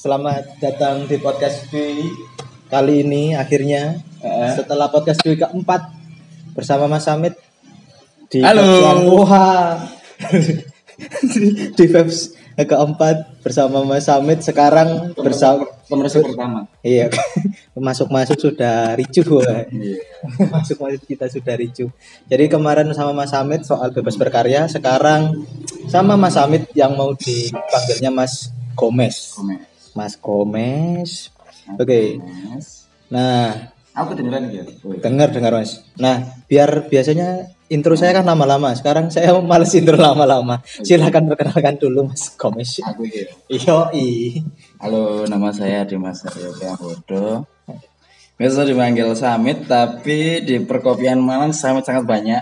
Selamat datang di podcast Dwi. Kali ini akhirnya setelah podcast Dwi keempat bersama Mas Samit di Halo. di Vibes keempat bersama Mas Samit. Sekarang bersama pertama. Iya. Masuk sudah ricuh. Iya. Masuk kita sudah ricuh. Jadi kemarin sama Mas Samit soal bebas berkarya, sekarang sama Mas Samit yang mau dipanggilnya Mas Gomez. Mas Gomez. Oke. Nah, aku dengeran gitu. dengar Mas. Nah, biar biasanya intro saya kan lama-lama. Sekarang saya males intro lama-lama. Silakan perkenalkan dulu Mas Gomez. Aku gitu. Iya. Halo, nama saya Dimas Aryo Bodo. Biasa dipanggil Samit, tapi di perkopian Malang Samit sangat banyak.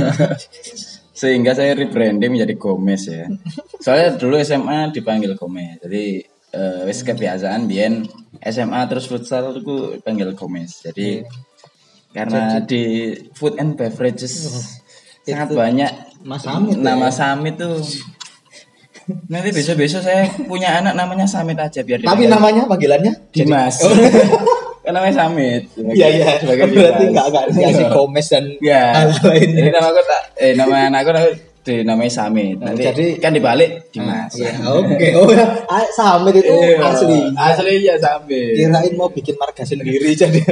Sehingga saya rebranding menjadi Gomez ya. Soalnya dulu SMA dipanggil Gomez. Jadi wis kebiasaan biyen SMA terus futsal itu panggil Gomez. Jadi karena di food and beverages sangat banyak Mas Samit. Nama Samit tuh. Nanti besok saya punya anak namanya Samit aja biar Tapi namanya panggilannya Dimas. Kan namanya Samit. Iya. Sebagai Berarti Dimas. enggak dikasih Gomez dan Ya. hal lainnya. Jadi nama aku nama anakku dinamai Samit. Nanti Jadi- kan dibalik Dimas. Iya, oke. Oh, Samit itu Iya. asli. Aslinya Samit. Kirain mau bikin marga sendiri jadi.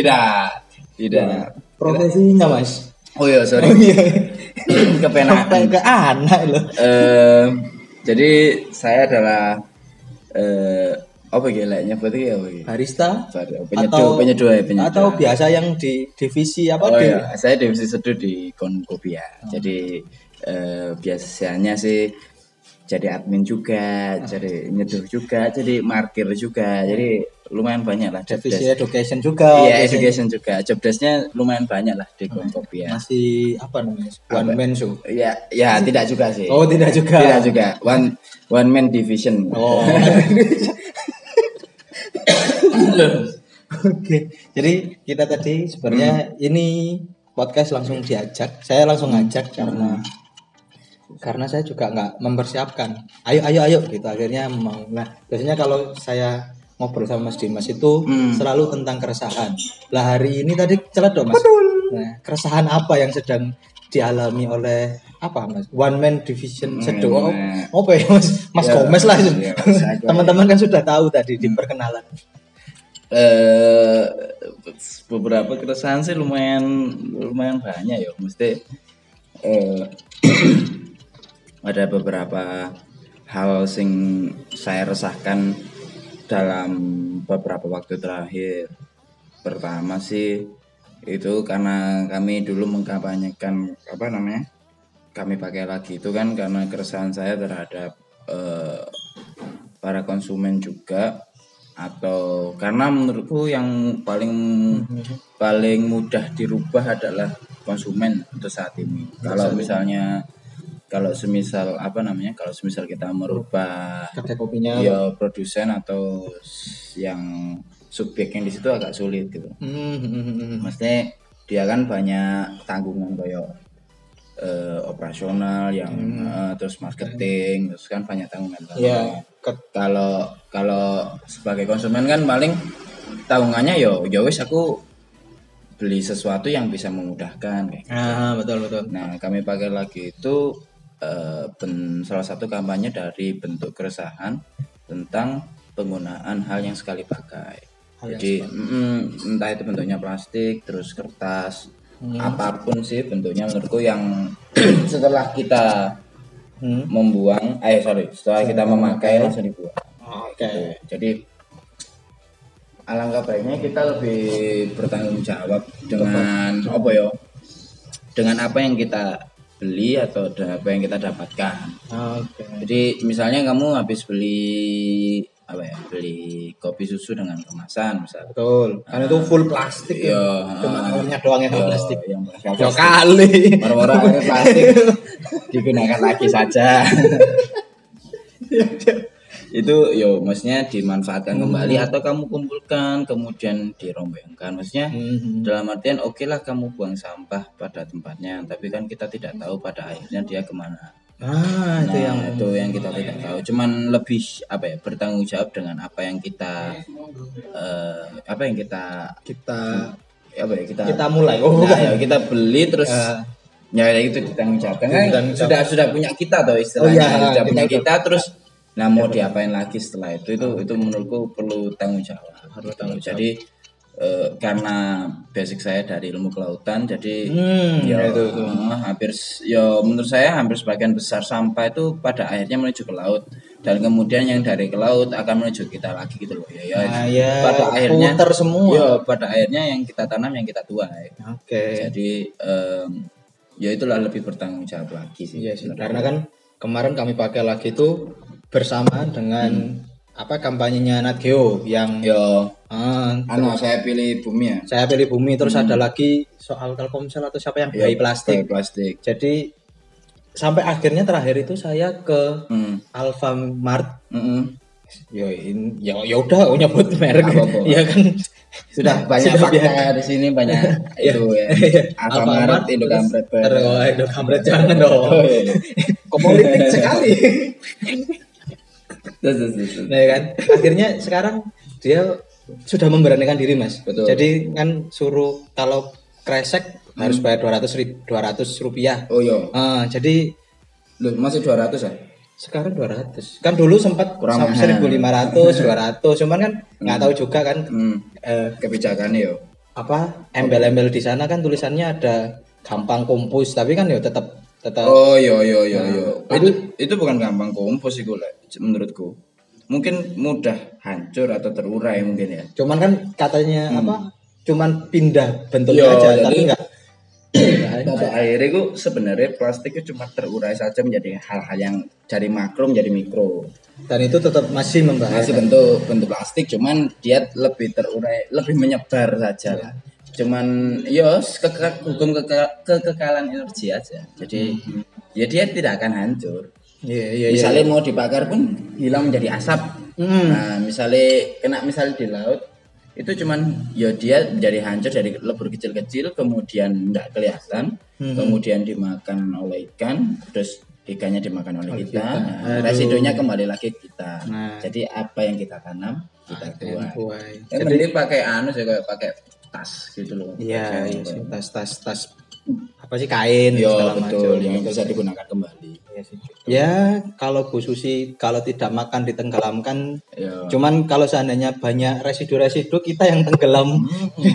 Tidak. Profesinya, Mas. Oh iya, sorry. Oh iya. Kepenakan. Sampai ke anak loh. Jadi saya adalah apa gilanya berarti apa gitu? Barista Penyeduh. atau biasa yang di divisi apa Oh di iya, saya divisi seduh di Konkopia. Jadi biasanya sih jadi admin juga, jadi nyeduh juga, jadi markir juga. Jadi lumayan banyak lah job divisi desk. education juga. Iya, biasanya. education juga. Job desk-nya lumayan banyak lah di Konkopia. Masih apa namanya? One man show. Ya tidak juga sih. Oh, tidak juga. Tidak juga. One man division. Oh. Oke. Jadi kita tadi sebenarnya ini podcast langsung diajak. Saya langsung ngajak karena saya juga nggak mempersiapkan. Ayo gitu. Akhirnya mau. Nah, biasanya kalau saya ngobrol sama Mas Dimas itu selalu tentang keresahan. Lah hari ini tadi celedok Mas. Nah, keresahan apa yang sedang dialami oleh apa Mas? One man division sedo. Apa ya Mas Ya, Gomez lah. ya, Mas, aku- Teman-teman kan sudah tahu tadi di perkenalan. Beberapa keresahan sih lumayan banyak ya. Mesti ada beberapa hal sing saya resahkan dalam beberapa waktu terakhir. Pertama sih itu karena kami dulu mengkampanyekan apa namanya? Kami pakai lagi itu kan karena keresahan saya terhadap para konsumen juga, atau karena menurutku yang paling mudah dirubah adalah konsumen untuk saat ini. Kalau semisal kita merubah Kedai kopinya. ya produsen atau yang subjek yang di situ agak sulit gitu. Maksudnya dia kan banyak tanggungan kayak operasional yang terus marketing, terus kan banyak tanggungan. Iya. Kalau sebagai konsumen kan paling tanggungannya ya wis aku beli sesuatu yang bisa memudahkan kayak gitu. Betul. Nah, kami pakai lagi itu salah satu kampanye dari bentuk keresahan tentang penggunaan hal yang sekali pakai. Jadi entah itu bentuknya plastik, terus kertas, apapun sih bentuknya menurutku yang setelah kita setelah kita memakai langsung dibuang. Oke. Jadi alangkah baiknya kita lebih bertanggung jawab dengan dengan apa yang kita beli atau apa yang kita dapatkan. Oke. Jadi misalnya kamu habis beli kopi susu dengan kemasan misalnya. Betul. Karena itu full plastik ya. Iya, Cuma airnya doang yang plastik. Yang Ya kali. Orang-orang air plastik digunakan lagi saja. Itu maksudnya dimanfaatkan kembali atau kamu kumpulkan kemudian dirombengkan. Maksudnya dalam artian oke lah kamu buang sampah pada tempatnya, tapi kan kita tidak tahu pada akhirnya dia kemana. Itu yang kita tidak tahu. Cuman lebih apa ya, bertanggung jawab dengan apa yang kita kita mulai. Ya, kita beli terus ya itu ditanggung jawab. Kan sudah punya kita atau istilahnya sudah punya kita terus nah mau diapain lagi setelah itu menurutku perlu tanggung jawab. Jadi karena basic saya dari ilmu kelautan jadi menurut saya hampir sebagian besar sampah itu pada akhirnya menuju ke laut dan kemudian yang dari ke laut akan menuju kita lagi gitu loh pada akhirnya semua pada akhirnya yang kita tanam yang kita tuai. Jadi ya itulah lebih bertanggung jawab lagi sih. Karena kan kemarin kami pakai lagi itu bersama dengan kampanyenya Nat Geo yang saya pilih bumi ya. Saya pilih bumi terus ada lagi soal Telkomsel atau siapa yang bayi plastik. Jadi sampai akhirnya terakhir itu saya ke Alfamart. Ya udah nyebut merek. Ya kan sudah banyak fakta di sini banyak itu ya. Alfamart, Indokampret. Indokampret jangan dong. Kok politik sekali. Nah kan akhirnya sekarang dia sudah memberanikan diri mas. Betul. Jadi kan suruh kalau kresek harus bayar 200 rupiah. Jadi masih 200 ya? Sekarang 200. Kan dulu sempat 1.500, 200. Cuman kan nggak tahu juga kan kebijakannya yo. Embel-embel di sana kan tulisannya ada gampang kumpus, tapi kan ya tetap. Itu bukan gampang kumpus sih menurutku. Mungkin mudah hancur atau terurai mungkin ya. Cuman kan katanya cuman pindah bentuknya aja, tapi enggak. Pada akhirnya itu sebenarnya plastik itu cuma terurai saja menjadi hal-hal yang dari makro menjadi mikro. Dan itu tetap masih membahas. Masih bentuk plastik, cuman dia lebih terurai, lebih menyebar saja lah. Cuman hukum kekekalan energi aja. Jadi ya dia tidak akan hancur. Misalnya mau dibakar pun hilang menjadi asap. Nah, misalnya di laut itu cuman dia jadi hancur dari lebur kecil-kecil kemudian enggak kelihatan, kemudian dimakan oleh ikan, terus ikannya dimakan oleh kita. Nah, residunya kembali lagi kita. Jadi apa yang kita tanam kita tuai. Jadi pakai kayak pakai tas gitu loh. Iya, tas kain segala macam yang bisa digunakan kembali. Ya, kalau Bu Susi kalau tidak makan ditenggelamkan. Cuman kalau seandainya banyak residu-residu kita yang tenggelam.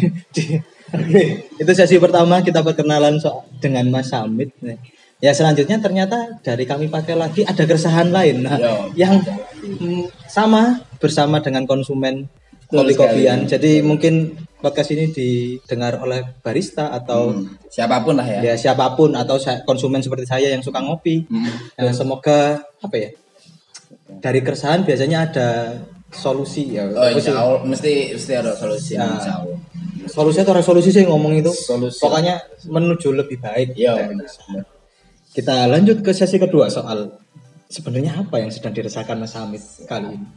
Itu sesi pertama kita perkenalan dengan Mas Samit. Ya selanjutnya ternyata dari kami pakai lagi ada keresahan lain yang sama bersama dengan konsumen kopi-kopian. Jadi mungkin podcast ini didengar oleh barista atau siapapun lah ya. Ya siapapun atau konsumen seperti saya yang suka ngopi. Semoga dari keresahan biasanya ada solusi ya. Mesti ada solusi. Solusi atau resolusi sih ngomong itu. Pokoknya menuju lebih baik. Kita lanjut ke sesi kedua soal sebenarnya apa yang sedang dirasakan Mas Hamid kali ini.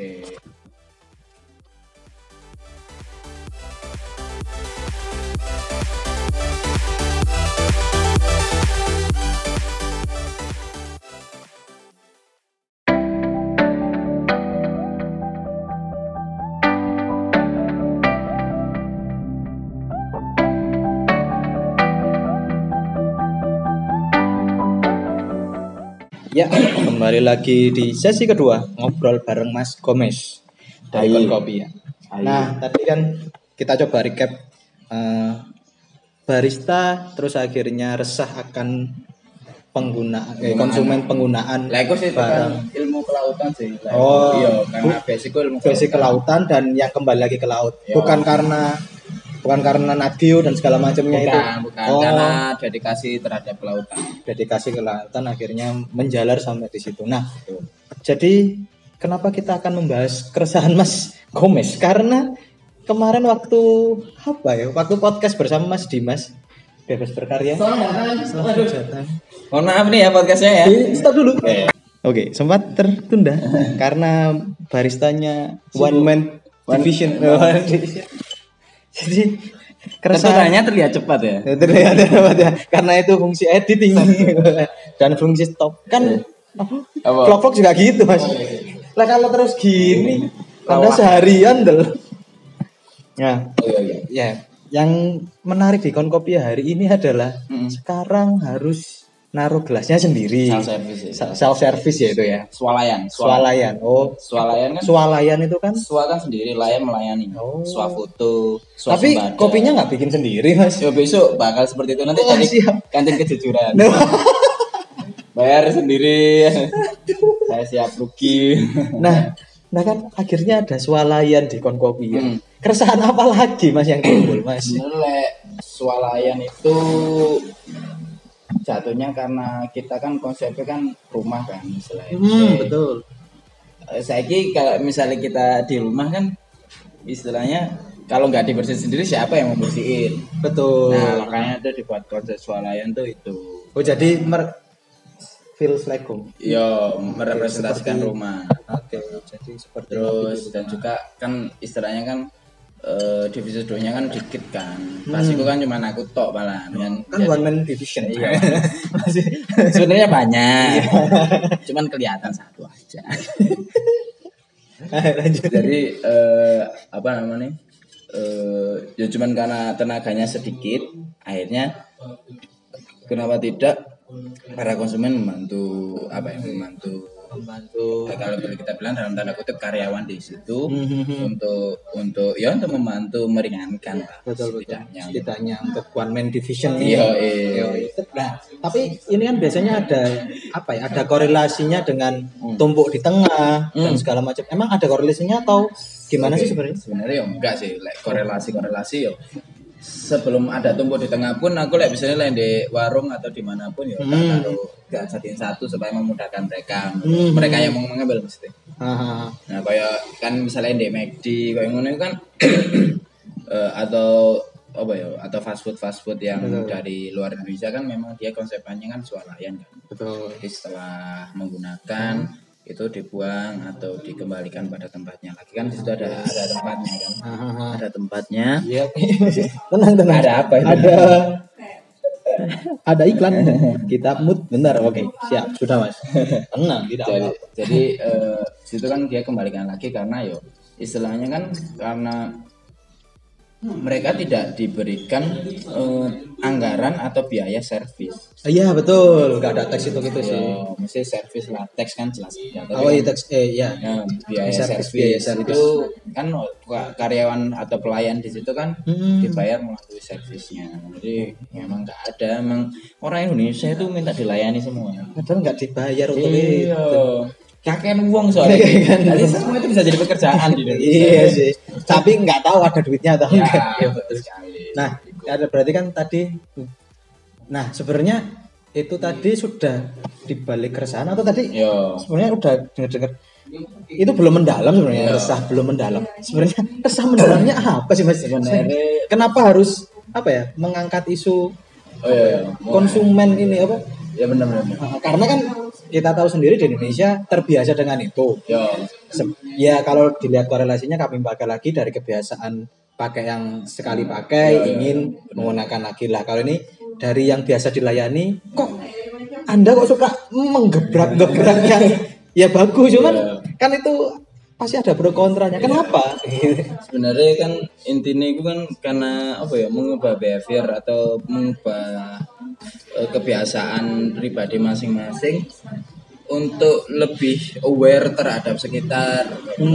Ya, kembali lagi di sesi kedua ngobrol bareng Mas Gomez dari Konkopi ya. Nah, tadi kan kita coba recap barista terus akhirnya resah akan konsumen penggunaan barang ilmu kelautan sih. Karena basic kelautan dan yang kembali lagi ke laut. Bukan karena Nagio dan segala macamnya itu. Bukan karena dedikasi terhadap kelautan. Dedikasi ke lautan akhirnya menjalar sampai di situ. Nah, jadi kenapa kita akan membahas keresahan Mas Gomez? Karena kemarin waktu podcast bersama Mas Dimas Bebas Berkarya. Mohon maaf nih ya podcastnya ya. Stop dulu. Oke, sempat tertunda karena baristanya one man division. Jadi Keresahannya terlihat cepat ya. Terlihat ya, karena itu fungsi editing dan fungsi stop kan. Vlog-vlog juga gitu mas. Lah kalau terus gini, Anda seharian del. Nah, ya, yang menarik di Konkopia hari ini adalah sekarang harus naruh gelasnya sendiri. Self service ya itu ya. Swalayan. Oh, swalayan kan? Swalayan itu kan? Swa kan sendiri, layan melayani. Oh. Swafoto. Tapi kopinya nggak bikin sendiri mas. Ya besok bakal seperti itu nanti jadi kantin kejujuran. Bayar sendiri. Saya siap rugi. Nah kan akhirnya ada swalayan di Konkopia. Keresahan apa lagi mas yang timbul mas? Sebenarnya swalayan itu jatuhnya karena kita kan konsepnya kan rumah kan istilahnya. Betul. Saiki kalau misalnya kita di rumah kan istilahnya kalau nggak dibersihin sendiri siapa yang membersihin? Betul. Nah makanya itu dibuat konsep swalayan tuh itu. Oh jadi feels like home. Yo merepresentasikan rumah. Oke, jadi seperti terus dan juga kan istilahnya kan divisi 2-nya kan dikit kan. Pas itu kan cuma aku tok malah kan one man division. Iya. Masih sebenarnya banyak. Cuman kelihatan satu aja. Lanjut. Jadi apa namanya? Ya cuman karena tenaganya sedikit, akhirnya kenapa tidak para konsumen membantu kalau boleh kita bilang dalam tanda kutip karyawan di situ untuk membantu meringankan lah, setidaknya untuk one man division iya. Nah tapi ini kan biasanya ada korelasinya dengan tumpuk di tengah dan segala macam. Emang ada korelasinya atau gimana sih sebenarnya ya enggak sih, korelasi yo sebelum ada tumpuk di tengah pun aku misalnya di warung atau dimanapun ya taruh satu satu supaya memudahkan mereka yang mau mengambil mesti. Nah kayak kan misalnya di McD kayak ngono kan atau fast food yang dari luar Indonesia kan memang dia konsepnya kan swalayan kan. Betul. Jadi setelah menggunakan itu dibuang atau dikembalikan pada tempatnya lagi kan di situ ada tempatnya kan. Ada tempatnya. Iya. Tenang. Ada apa itu? Ada iklan. Kita mood benar. Oke, siap. Sudah mas. Tenang, tidak apa-apa. Jadi situ kan dia kembalikan lagi karena istilahnya kan karena mereka tidak diberikan anggaran atau biaya servis. Iya betul, nggak ada teks itu gitu sih. Mesti servis lah, teks kan jelas. Biaya servis itu kan karyawan atau pelayan di situ kan dibayar melalui servisnya. Jadi memang nggak ada, emang orang Indonesia itu minta dilayani semua. Padahal nggak dibayar untuk itu. Kakek uang soalnya jadi semua itu bisa jadi pekerjaan di Indonesia. Iya sih. Tapi nggak tahu ada duitnya atau enggak. Ya betul sekali. Nah, ada berarti kan tadi. Nah, sebenarnya itu tadi sudah dibalik keresahan atau tadi sebenarnya udah dengar itu belum mendalam sebenarnya. Resah belum mendalam. Sebenarnya resah mendalamnya apa sih mas? Sebenarnya kenapa harus mengangkat isu konsumen ini apa? Ya benar. Karena kan kita tahu sendiri di Indonesia terbiasa dengan itu. Ya kalau dilihat korelasinya kami pakai lagi dari kebiasaan pakai yang sekali pakai ingin menggunakan lagi lah. Kalau ini dari yang biasa dilayani kok Anda kok suka menggebrak-gebrak yang ya bagus cuman kan itu pasti ada pro kontranya. Kenapa? Sebenarnya kan intinya itu kan karena mengubah behavior atau mengubah kebiasaan pribadi masing-masing untuk lebih aware terhadap sekitar.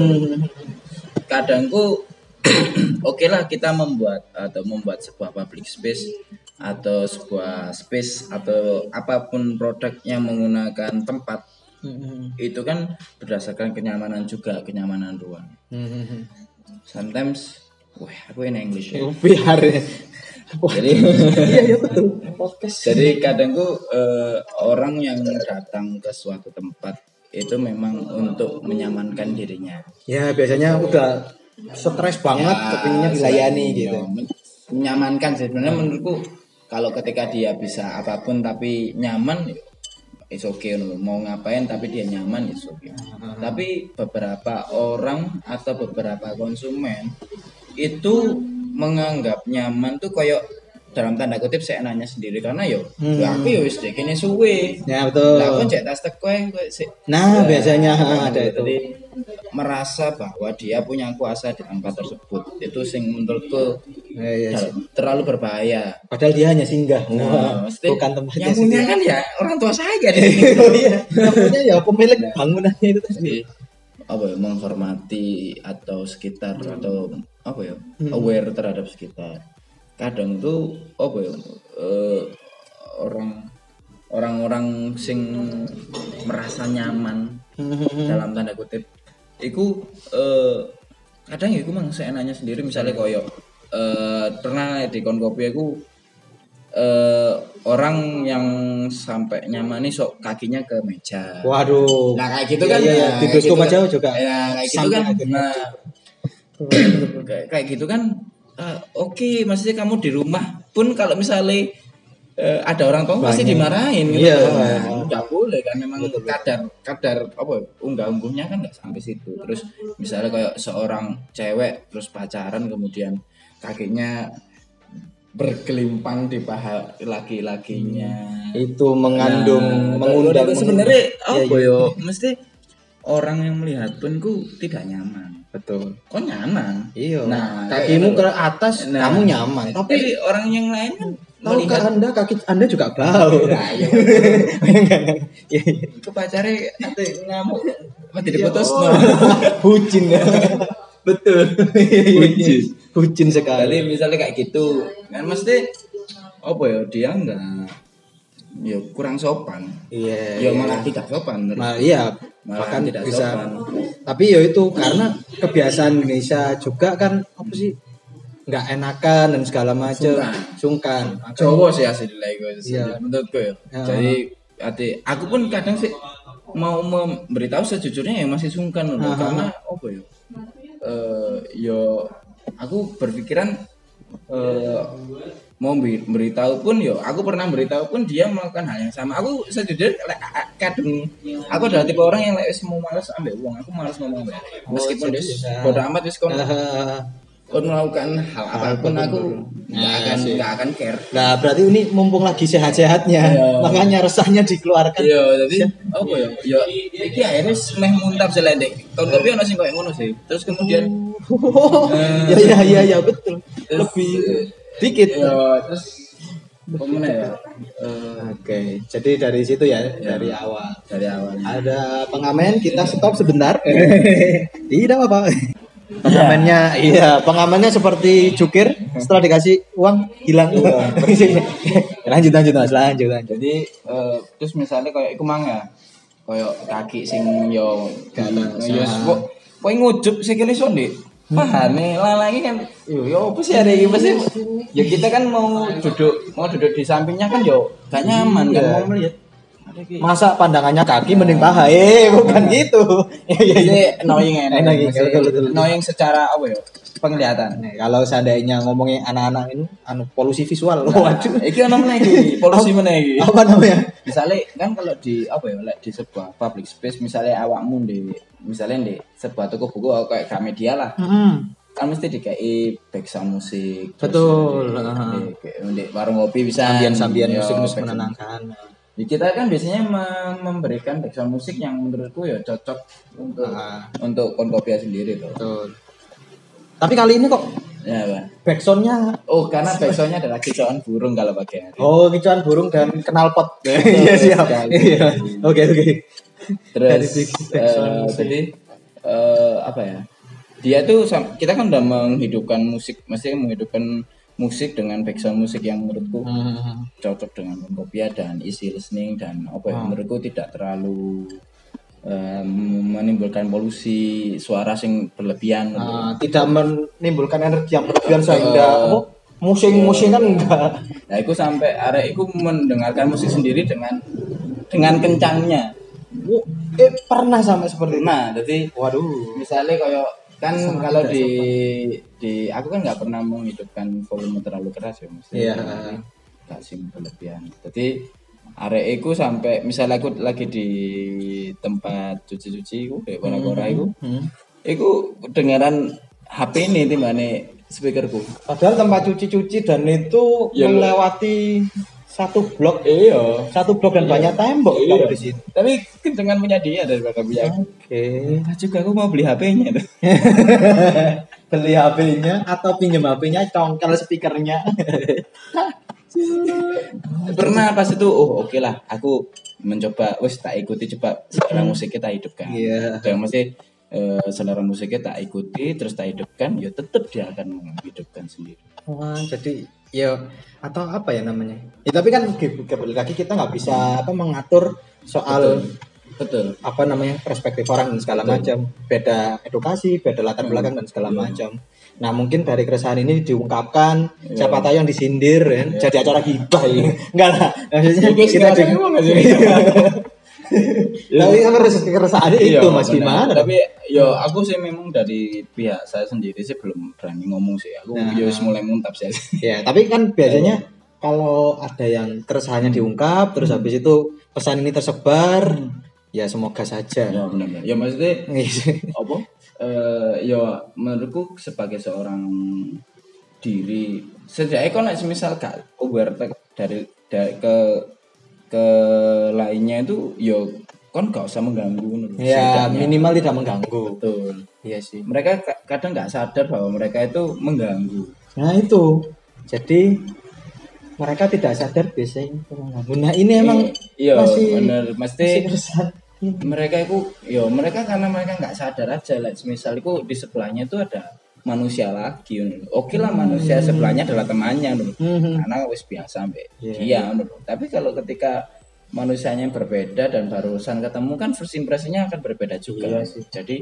Kadangku oke lah kita membuat sebuah public space atau sebuah space atau apapun produk yang menggunakan tempat itu kan berdasarkan kenyamanan ruang. Sometimes aku in English ya. Biar jadi iya betul. Jadi kadangku orang yang datang ke suatu tempat itu memang untuk menyamankan dirinya. Ya biasanya udah stres banget kepinginnya dilayani gitu. Menyamankan sih sebenarnya menurutku kalau ketika dia bisa apapun tapi nyaman it's okay, mau ngapain tapi dia nyaman it's okay. Tapi beberapa orang atau beberapa konsumen itu menganggap nyaman tuh kayak dalam tanda kutip seenaknya sendiri karena ya aku ya wis dek kene suwe. Ya betul. Lah kok cek tas teko sik. Nah, biasanya ada itu. Jadi merasa bahwa dia punya kuasa di tempat tersebut. Itu sing menurutku Iya, terlalu berbahaya. padahal dia hanya singgah. Mesti Bukan tempatnya yang punya sendiri. kan ya orang tua saya di sini. Oh iya, yang punya ya pemilik bangunannya itu tadi. Jadi apa ya menghormati atau sekitar atau apa ya aware terhadap sekitar. Kadang tuh apa ya orang-orang sing merasa nyaman dalam tanda kutip iku kadang ya iku mang seenaknya sendiri misalnya koyo pernah di kon kopi aku orang yang sampai nyaman nih sok kakinya ke meja. Waduh. Nah kayak gitu kan Iya, di kayak bioskop gitu aja kan. juga. Ya kayak gitu sampai kan. akhirnya. Nah, kayak gitu kan oke, maksudnya kamu di rumah pun kalau misalnya ada orang tua pasti Banyak. dimarahin gitu. Iya. Nah, nggak boleh kan memang kadar apa unggah-ungguhnya kan nggak sampai situ. Terus misalnya kayak seorang cewek terus pacaran kemudian kakinya bergelimpang di paha laki-lakinya. Itu mengandung mengundang sebenarnya Iya, apa iya. yo mesti orang yang melihat pun ku tidak nyaman. Betul. Kok nyaman? Iya. Nah, kakimu kayak ke atas, Nah, kamu nyaman. Tapi Tapi orang yang lain kan tahukah melihat Anda kaki Anda juga bau. Nah, iya. Iya, iya. ke pacarnya nanti ngamuk mati diputus Oh, bucin ya. Betul. Bucin. Bucin sekali. Jadi misalnya kayak gitu kan mesti apa ya dia enggak ya kurang sopan. Iya. Ya malah tidak sopan. Iya, Malah bahkan tidak bisa. sopan. Tapi ya itu karena kebiasaan Indonesia juga kan apa sih? Nggak enakan dan segala macam. Sungkan. Cowok sih aslinya gue Iya. menurutku ya. Ya. Jadi aku pun kadang sih mau memberitahu sejujurnya yang masih sungkan loh karena apa ya? Yo aku berpikiran mau beritahu pun yo aku pernah beritahu pun dia melakukan hal yang sama. Aku sejujurnya kadang aku adalah tipe orang yang semua malas ambil uang. Aku malas ngomong meskipun dia bodoh amat wis kon melakukan hal apapun aku nggak akan care. Nah, berarti ini mumpung lagi sehat-sehatnya, makanya resahnya dikeluarkan. Iya, jadi apa ya? Ya iki akhirnya meh muntap selendek. Tahun kopi ono sing koyo ngono sih. Terus kemudian ya betul. Lebih dikit. ya terus gimana ya? Oke, jadi dari situ ya, dari awal. Dari awal. Ada pengamen, kita stop sebentar. Tidak apa-apa. Pengamennya, pengamennya seperti jukir setelah dikasih uang hilang. lanjut mas, lanjut. Jadi terus misalnya kayak iku mang ya. Kayak kaki sing yo yo kowe ngujup sikile sonde. Pahane lalangi kan yo apa sih ada iki pasti ya kita kan mau duduk di sampingnya kan yo gak nyaman kan mau melihat. Masa pandangannya kaki mending paha? Bukan gitu. Jadi annoying Betul. annoying secara apa ya? Penglihatan. Nih, kalau seandainya ngomongin anak-anak ini polusi visual, waduh. Iki ono meneh iki, polusi meneh iki. Apa namanya? Misalnya kan kalau di apa ya, di sebuah public space misalnya awakmu misalnya di sebuah toko buku kayak Gramedia lah. Kan mesti dikai background musik. Betul. Di warung kopi bisa Sambian yo, musik background. menenangkan. Ya, kita kan biasanya memberikan background musik yang menurutku ya cocok untuk konkopia sendiri tuh. Betul. Tapi kali ini kok Ya, Pak. backsoundnya Karena backsoundnya adalah kicauan burung kalau pagi hari. kicauan burung dan knalpot. Iya siap. Iya. Oke. Terus jadi apa ya? Dia tuh kita kan udah menghidupkan musik, maksudnya menghidupkan musik dengan background musik yang menurutku cocok dengan konkopia dan easy listening dan apa ya menurutku tidak terlalu menimbulkan polusi suara sing berlebihan. Tidak menimbulkan energi yang berlebihan sehingga musing kan enggak. Nah, itu sampai arek itu mendengarkan musik sendiri dengan kencangnya. Pernah sampai seperti itu. Nah, jadi Waduh. misalnya kayak kan kalau di aku kan nggak pernah menghidupkan volume terlalu keras ya mesti. Iya. Gak sing berlebihan. Jadi arek iku sampai misalnya aku lagi di tempat cuci-cuci iku kayak kora-kora iku. Iku dengaran HP ini timbane speakerku. Padahal tempat cuci dan itu Ya, melewati satu blok Iya. dan banyak tembok Iya. kalau di situ. Tapi kencengan punya dia daripada punya aku. Oke. Juga aku mau beli HP-nya tuh. Beli HP-nya atau pinjam HP-nya congkel speakernya. Pernah pas itu oke lah aku mencoba tak ikuti coba selera musik kita hidupkan. Iya. Dan mesti selera musiknya tak ikuti terus tak hidupkan ya tetap dia akan menghidupkan sendiri. Wah, jadi ya atau apa ya namanya? Ya, tapi kan kembali lagi kita nggak bisa mengatur soal Betul. apa namanya perspektif orang dan segala macam. Beda edukasi, beda latar belakang dan segala macam. Nah mungkin dari keresahan ini diungkapkan siapa tahu yang disindir kan jadi acara gibah ya. Enggak lah maksudnya kita tapi keresahan itu Mas gimana? Tapi yo aku sih memang dari pihak saya sendiri sih belum berani ngomong sih. Aku yo mulai muntap sih. Ya, tapi kan biasanya kalau ada yang keresahannya diungkap terus habis itu pesan ini tersebar ya semoga saja. Ya benar. Ya maksudnya apa? Ya menurutku sebagai seorang diri setidaknya kalau semisal gak aware dari ke lainnya itu yo kon gak usah mengganggu ya minimal tidak mengganggu. Betul. Iya sih. Mereka kadang nggak sadar bahwa mereka itu mengganggu. Nah itu jadi mereka tidak sadar biasanya mengganggu. Nah ini emang masih bener mesti keresahan. Mereka itu mereka karena mereka nggak sadar aja lah misal itu di sebelahnya itu ada manusia lagi oke lah manusia sebelahnya adalah temannya karena wis biasa sampai dia tapi kalau ketika manusianya berbeda dan barusan ketemu kan first impressionnya akan berbeda juga jadi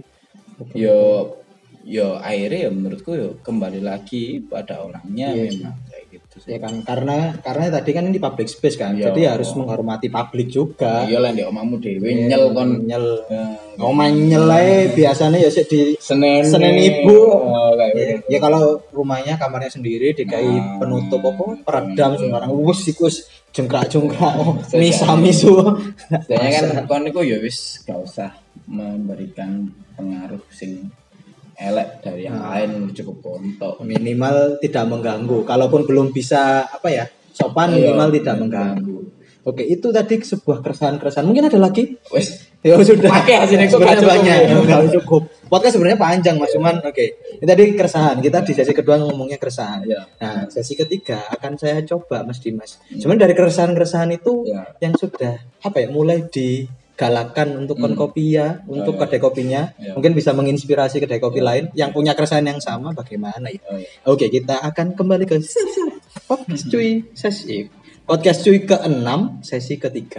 yo akhirnya ya menurutku kembali lagi pada orangnya memang kayak gitu sih. Ya kan karena tadi kan ini public space kan jadi harus menghormati publik juga. Iya lah ndek omamu dhewe nyel kon omah nyel ae biasanya ya sik di Senin Ibu. Ya kalau rumahnya kamarnya sendiri dikai penutup apa peredam sembarang wis iku jengkrak-jengkrak misa-misu. Dene kan kon niku ya wis gak usah memberikan pengaruh sing elek dari yang lain cukup kontok minimal tidak mengganggu kalaupun belum bisa sopan minimal tidak mengganggu. Oke itu tadi sebuah keresahan mungkin ada lagi wes ya sudah pakai hasilnya banyak nggak cukup podcast sebenarnya panjang Mas cuman ini tadi keresahan kita di sesi kedua ngomongnya keresahan nah sesi ketiga akan saya coba Mas Dimas cuman dari keresahan itu yang sudah mulai digalakan untuk Konkopia untuk kedai kopinya mungkin bisa menginspirasi kedai kopi lain yang punya keresahan yang sama bagaimana ya. Oke kita akan kembali ke podcast cuy sesi podcast cuy ke-6 sesi ketiga.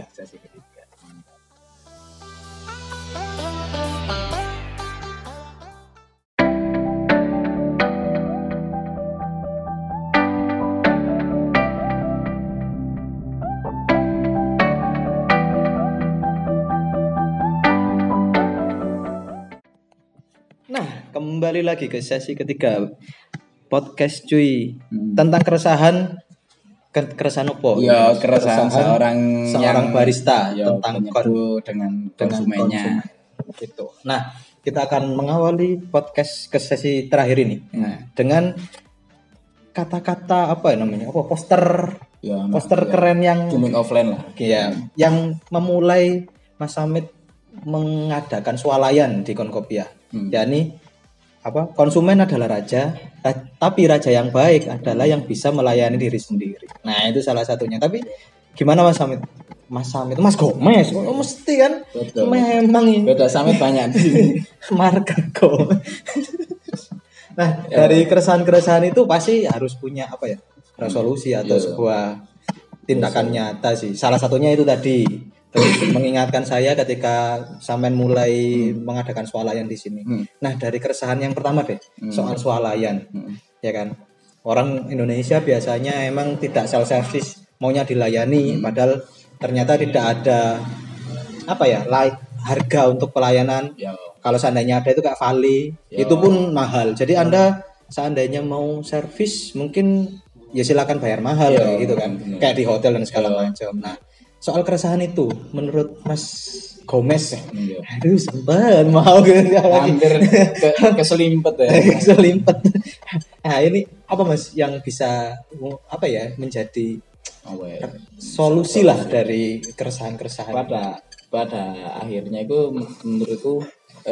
Nah, kembali lagi ke sesi ketiga podcast cuy tentang keresahan apa? Ya, keresahan seorang barista tentang dengan konsumennya. Gitu. Nah, kita akan mengawali podcast ke sesi terakhir ini dengan kata-kata poster keren yang zooming offline lah. Iya, yang memulai Mas Samit mengadakan swalayan di Konkopia. yakni konsumen adalah raja, tapi raja yang baik adalah yang bisa melayani diri sendiri. Nah itu salah satunya. Tapi gimana Mas Samit? Mas Gomez, mesti kan? Betul. Memang ini. Beda Samit banyak di sini. Marka Gomez. Nah dari keresahan-keresahan itu pasti harus punya resolusi atau sebuah tindakan nyata sih. Salah satunya itu tadi. Terus mengingatkan saya ketika sampean mulai mengadakan swalayan di sini. Nah, dari keresahan yang pertama deh, soal swalayan. Ya kan? Orang Indonesia biasanya emang tidak self service, maunya dilayani padahal ternyata tidak ada harga untuk pelayanan. Kalau seandainya ada itu kayak vali, itu pun mahal. Jadi Anda seandainya mau servis mungkin ya silakan bayar mahal kayak gitu kan. Kayak di hotel dan segala macam. Nah, soal keresahan itu menurut Mas Gomez. Iya. Aduh, sempat mau Hampir keselimpet ya. keselimpet. Nah, ini apa Mas yang bisa apa ya menjadi Oh, ya. solusi lah dari keresahan-keresahan? Pada akhirnya itu menurutku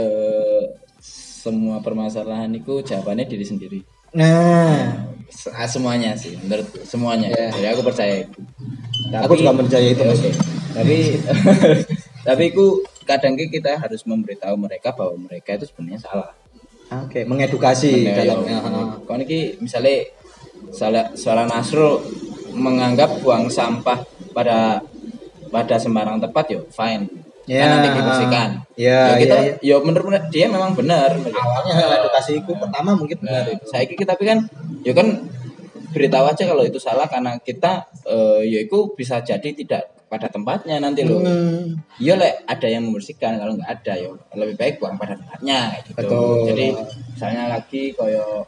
semua permasalahan itu jawabannya diri sendiri. Nah, Semuanya sih menurutku semuanya. Ya. Jadi aku percaya itu. aku juga percaya itu Mas. Oke. Tapi tapi itu kadang kita harus memberitahu mereka bahwa mereka itu sebenarnya salah. Oke, mengedukasi dalam Kalau ini misalnya seorang Nasrul menganggap buang sampah pada sembarang tempat yo fine. Ya, Kan nanti dibersihkan. ya, kita ya. yo menurut dia memang benar. Awalnya edukasiku pertama mungkin benar itu. Saya kita tapi kan yo kan beritahu aja kalau itu salah karena kita ya itu bisa jadi tidak pada tempatnya nanti loh. Iya ada yang membersihkan kalau nggak ada ya lebih baik buang pada tempatnya kayak gitu. Betul. Jadi misalnya lagi koyo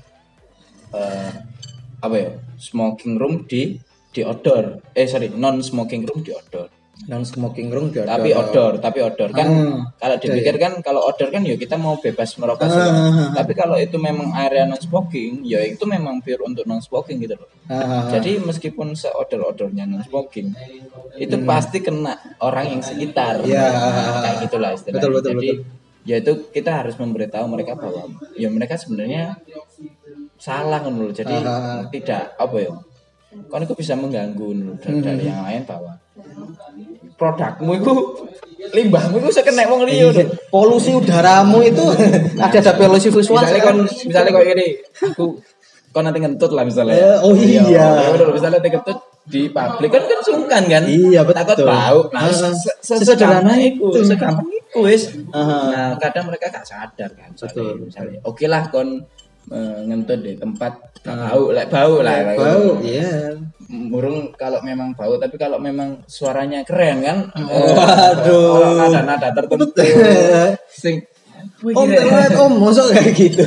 apa ya smoking room di outdoor non smoking room di outdoor Non smoking room juga tapi outdoor kan kalau dipikir kan kalau outdoor kan ya kita mau bebas merokok tapi kalau itu memang area non smoking ya itu memang pure untuk non smoking gitu loh. Jadi meskipun se-outdoor-outdoornya non smoking itu pasti kena orang yang sekitar kayak gitulah istilahnya. Betul. Jadi ya itu kita harus memberitahu mereka bahwa ya mereka sebenarnya salah kan loh. Jadi tidak apa ya kan itu bisa mengganggu dari yang lain bahwa produkmu itu limbahmu itu sekena wong liya. Polusi udaramu itu ada polusi visual. Misalnya kok gini, aku nanti ngentut lah misalnya. Oh iya. Misalnya ngentut di publik kan sungkan kan. Iya betul. Takut bau. Nah, sesederhana itu. Segampang itu wis. Nah, kadang mereka gak sadar kan. Misalnya, oke lah kon ngentut di tempat bau lah. Bau, iya. Burung kalau memang bau tapi kalau memang suaranya keren kan waduh nada tertentu sing om mosok kayak gitu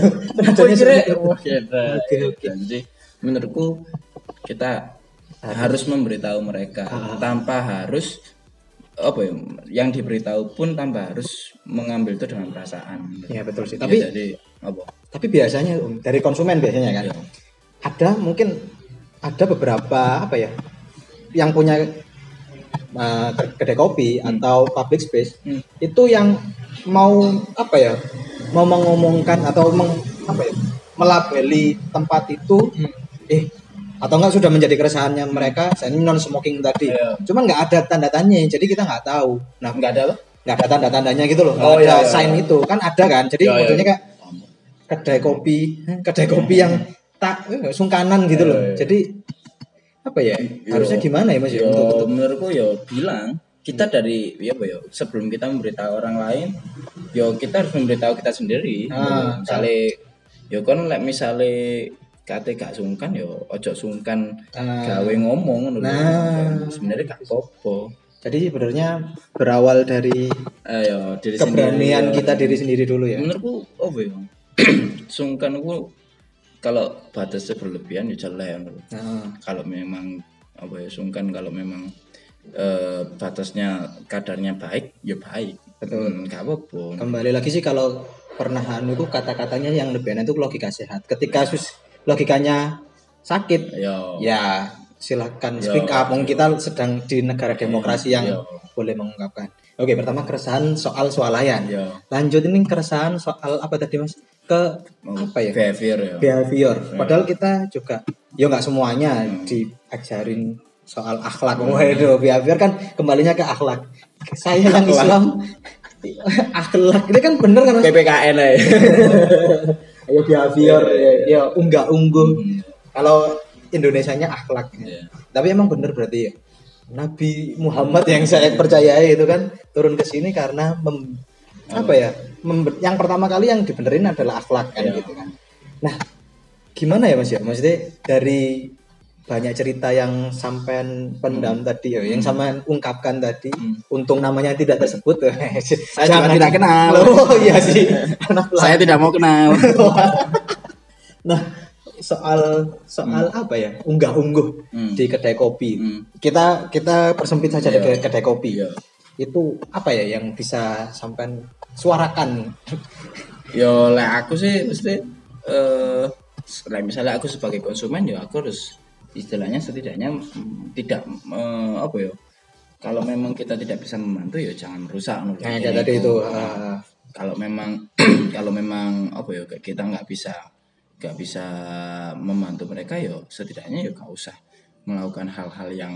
Oke. Jadi menurutku kita harus memberitahu mereka tanpa harus apa ya yang diberitahu pun tanpa harus mengambil itu dengan perasaan. Ya betul sih. Tapi jadi apa? Tapi biasanya dari konsumen biasanya kan ada beberapa apa ya yang punya kedai kopi atau public space itu yang mau apa ya mau mengomongkan atau melabeli tempat itu atau enggak sudah menjadi keresahannya mereka ini non smoking tadi cuman nggak ada tanda tandanya jadi kita nggak tahu. Nah nggak ada tanda tandanya gitu loh ada sign itu kan ada kan jadi modelnya kayak kedai kopi yang tak sungkanan gitu loh. Jadi apa ya harusnya gimana ya Mas ya untuk menurutku ya bilang kita dari sebelum kita memberitahu orang lain kita harus memberitahu kita sendiri. Misalnya kan misalnya kate gak sungkan ojo sungkan gawe ngomong sebenarnya gak apa-apa. Jadi sebenarnya berawal dari diri keberanian kita diri sendiri dulu ya. Menurutku sungkan itu kalau batasnya berlebihan ya jelek. Kalau memang sungkan kalau memang batasnya kadarnya baik ya baik. Betul. Enggak apa-apa. Kembali lagi sih kalau pernah itu kata-katanya yang lebih enak itu logika sehat. Ketika logikanya sakit ya silakan speak up. Kita sedang di negara demokrasi yang boleh mengungkapkan. Oke, pertama keresahan soal swalayan. Lanjut ini keresahan soal apa tadi Mas? Apa ya? Behavior. Padahal kita juga nggak semuanya diajarin soal akhlak. Waduh, behavior kan kembalinya ke akhlak. Saya yang Islam akhlak ini kan bener kan Mas? PPKN ya. Ayo behavior unggah-ungguh. Kalau Indonesianya akhlak. Tapi emang bener berarti ya. Nabi Muhammad yang saya percayai itu kan turun ke sini karena yang pertama kali yang dibenerin adalah akhlak kan gitu kan. Nah, gimana ya Mas ya? Maksudnya dari banyak cerita yang sampean pendam tadi yang sampean ungkapkan tadi, untung namanya tidak tersebut. Saya juga tidak kenal. Oh iya sih. Saya tidak mau kenal. Nah, soal apa ya unggah-ungguh di kedai kopi. Kita persempit saja di kedai kopi. itu apa ya yang bisa sampean suarakan? Yo lek aku sih mesti misalnya aku sebagai konsumen ya aku harus istilahnya setidaknya tidak apa ya, kalau memang kita tidak bisa membantu ya jangan merusak. Nah, ya tadi itu Kalau memang kalau memang apa ya kita nggak bisa membantu mereka ya setidaknya ya nggak usah melakukan hal-hal yang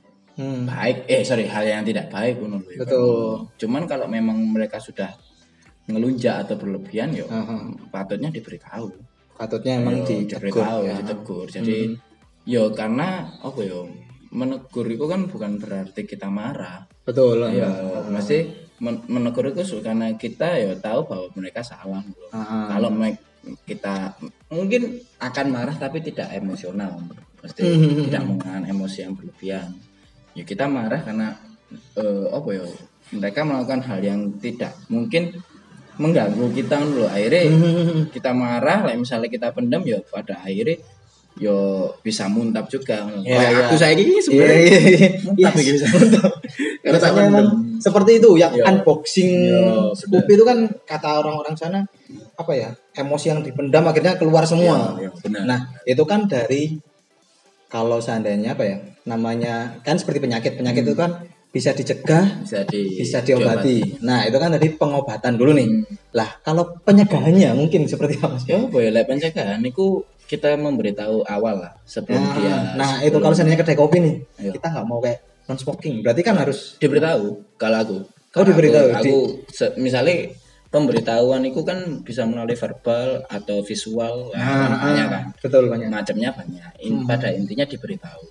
baik hal yang tidak baik menurut. Betul. Cuman kalau memang mereka sudah ngelunjak atau berlebihan ya patutnya diberitahu. Patutnya emang diberitahu ya, ditegur. Jadi yo karena apa yo menegur itu kan bukan berarti kita marah. Betul. Ya mesti menegur itu karena kita ya tahu bahwa mereka salah. Kalau kita mungkin akan marah tapi tidak emosional, pasti tidak menggunakan emosi yang berlebihan. Ya kita marah karena apa ya mereka melakukan hal yang tidak mungkin mengganggu kita loh. Akhirnya kita marah, misalnya kita pendam ya pada akhirnya yo bisa muntap juga. Aku saya ini sebenarnya muntap bisa muntap. Katanya emang seperti itu yang unboxing Scoopy itu kan kata orang-orang sana apa ya, emosi yang dipendam akhirnya keluar semua. Nah itu kan dari kalau seandainya apa ya namanya kan seperti penyakit itu kan bisa dicegah, bisa diobati. Nah itu kan tadi pengobatan dulu nih. Lah kalau pencegahannya mungkin seperti apa? Ya boleh pencegahan itu kita memberitahu awal lah sebelum dia. Nah itu kalau seandainya kedai kopi nih, kita nggak mau kayak non smoking, berarti kan harus diberitahu. Kalau aku, diberitahu. Misalnya pemberitahuan itu kan bisa melalui verbal atau visual, banyak kan. Betul banyak. Macamnya banyak. Pada intinya diberitahu.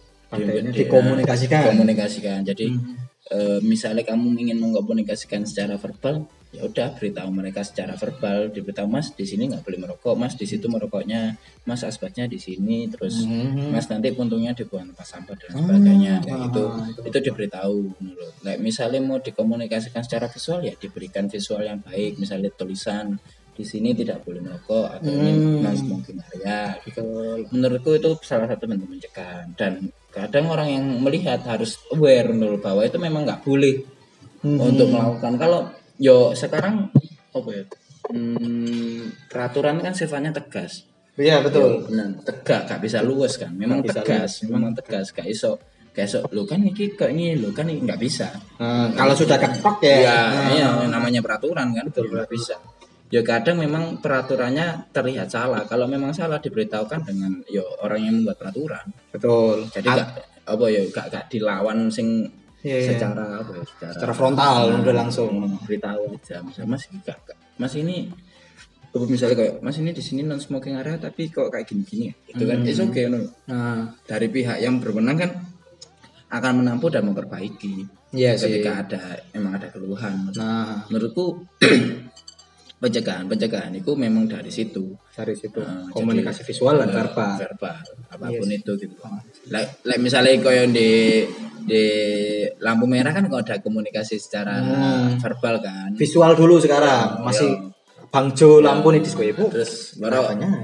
Dikomunikasikan. Jadi misalnya kamu ingin mengkomunikasikan secara verbal, ya udah beritahu mereka secara verbal, diberitahu Mas di sini nggak boleh merokok, Mas di situ merokoknya, Mas asbaknya di sini, terus Mas nanti puntungnya dibuang tempat sampah dan sebagainya. Itu diberitahu. Misalnya mau dikomunikasikan secara visual ya diberikan visual yang baik, misalnya tulisan di sini tidak boleh merokok atau ini non smoking area gitu. Menurutku itu salah satu bentuk pencegahan, dan kadang orang yang melihat harus aware dulu bahwa itu memang nggak boleh untuk melakukan. Kalau sekarang apa ya peraturan kan sifatnya tegas. Iya betul. Benar, tegak, gak bisa luwes kan. Memang tegas, gak iso. Kayak lo kan ini kayak ini lo kan nggak bisa. Kalau sudah ketok ya. Iya, namanya peraturan kan. Betul, nggak bisa. Ya kadang memang peraturannya terlihat salah. Kalau memang salah diberitahukan dengan orang yang membuat peraturan. Betul. Jadi gak dilawan sing secara secara frontal udah langsung beritahu aja. Misalnya Mas ini misalnya kayak Mas ini di sini non smoking area tapi kok kayak gini-gini ya. Itu kan it's okay dari pihak yang berwenang kan akan menampung dan memperbaiki ketika emang ada keluhan. Menurutku pencegahan itu memang dari situ komunikasi visual dan verbal apapun itu gitu. Like misalnya koyo di lampu merah kan kalau ada komunikasi secara verbal kan, visual dulu sekarang masih Bang Jo lampu nih disco ibu terus baru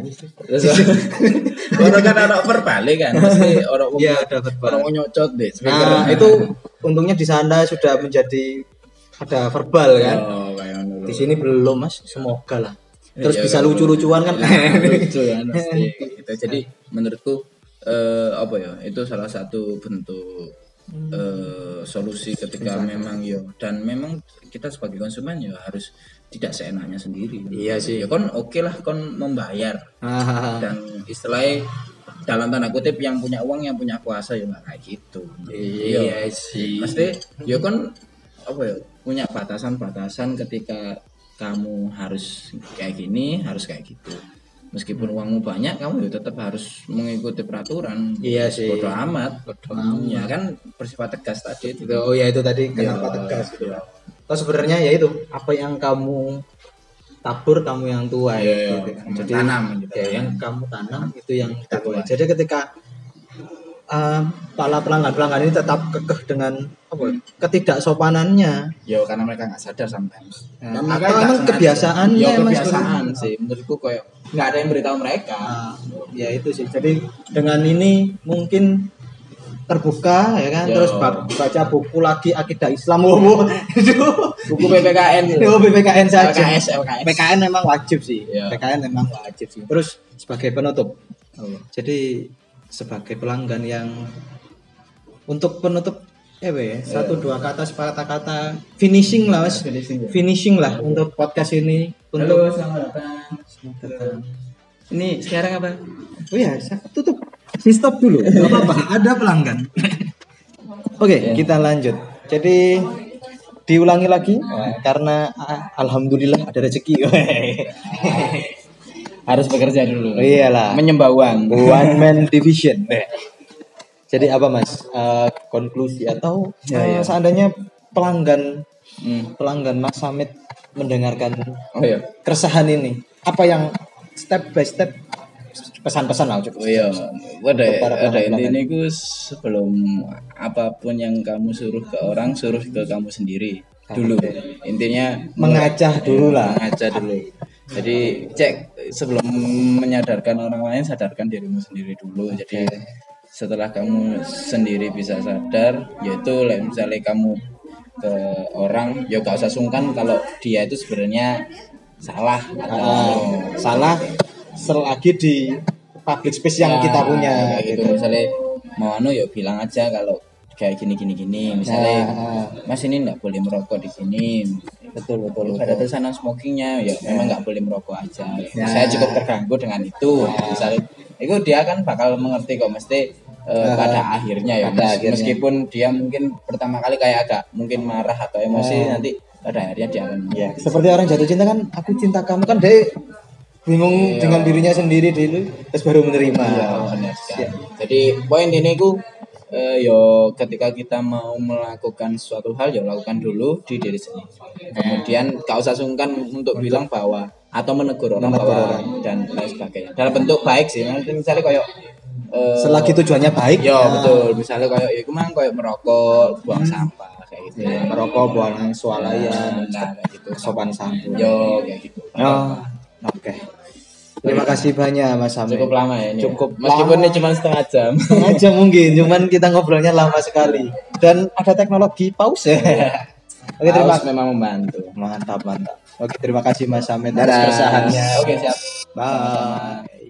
kan ada verbal kan pasti orang nyocot deh speaker. Itu untungnya di sana sudah menjadi ada verbal kan. Di sini belum Mas, semoga lah. Terus bisa lucu-lucuan kan. Lucu kan pasti gitu. Jadi menurutku itu salah satu bentuk solusi ketika memang dan memang kita sebagai konsumen harus tidak seenaknya sendiri. Iya sih. Ya kon oke lah kon membayar. Dan istilahnya dalam tanda kutip yang punya uang yang punya kuasa nggak kayak gitu. Iya sih. Mesti kon punya batasan-batasan ketika kamu harus kayak gini, harus kayak gitu. Meskipun uangmu banyak, kamu tetap harus mengikuti peraturan. Iya sih. Bodoh amat. Ya kan bersifat tegas tadi itu. Itu tadi kenapa tegas gitu. Atau sebenarnya itu apa yang kamu tabur kamu yang tuai gitu kan. Jadi tanam gitu. Yang kamu tanam itu yang tuai. Jadi ketika para pelanggan ini tetap kekeh dengan ketidaksopanannya. Karena mereka nggak sadar sometimes. Atau emang kebiasaannya. Kebiasaan sih. Menurutku kayak nggak ada yang beritahu mereka. Ya itu sih. Jadi dengan ini mungkin terbuka ya kan, Yo. terus baca buku lagi akidah Islam. Itu Buku PPKN gitu. BPKN saja. LKS. PKN memang wajib sih. Iya. PKN memang wajib sih. Terus sebagai penutup. Jadi sebagai pelanggan yang untuk penutup satu dua kata sepatah-kata finishing lah Mas. Finishing lah untuk podcast ini. Halo, Untuk selamat datang. Ini sekarang apa? oh ya, saya tutup. Si stop dulu. Enggak apa-apa, ada pelanggan. Oke, kita lanjut. Jadi diulangi lagi karena alhamdulillah ada rezeki. Harus bekerja dulu. Iyalah. Menyembah uang. One man division. Jadi apa Mas? Konklusi atau seandainya pelanggan Mas Samit mendengarkan Oh iya. keresahan ini, apa yang step by step pesan-pesan lah cukup. Oh iya, Para ada pelanggan. ini Gus, sebelum apapun yang kamu suruh ke orang, suruh ke kamu sendiri dulu. Intinya Mengacah dulu lah. Mengacah dulu. Jadi cek sebelum menyadarkan orang lain, sadarkan dirimu sendiri dulu. Jadi setelah kamu sendiri bisa sadar, yaitu misalnya kamu ke orang, ya gak usah sungkan kalau dia itu sebenarnya salah atau Salah selagi di public space yang kita punya kayak gitu. Misalnya mau ya bilang aja kalau kayak gini misalnya Mas ini nggak boleh merokok di sini, betul ada tulisan smokingnya ya memang nggak boleh merokok aja. Saya cukup terganggu dengan itu. Misalnya itu dia kan bakal mengerti kok mesti pada akhirnya ya, meskipun dia mungkin pertama kali kayak agak mungkin marah atau emosi, nanti pada akhirnya dia akan seperti orang jatuh cinta kan, aku cinta kamu kan, dia bingung dengan dirinya sendiri dulu terus baru menerima. benar sekali. Jadi poin ini ku yo ketika kita mau melakukan suatu hal ya lakukan dulu di diri sendiri. Kemudian gak usah sungkan untuk bilang bahwa atau menegur orang dan lain sebagainya. Dalam bentuk baik sih. Misalnya kayak Selagi tujuannya baik. ya betul. Misalnya kayak ya kemang kayak merokok, buang sampah kayak gitu. Merokok, buang swalayan, kayak gitu. sopan santun. Yo kayak gitu. Oke. Terima kasih banyak Mas Samit. Cukup lama ya ini. Cukup Meskipun lama. ini cuma setengah jam. Aja mungkin, cuman kita ngobrolnya lama sekali dan ada teknologi pause. Oke, terima kasih. Memang membantu. Mantap. Oke, terima kasih Mas Samit atas Dadah. keresahannya. Oke, siap. Bye.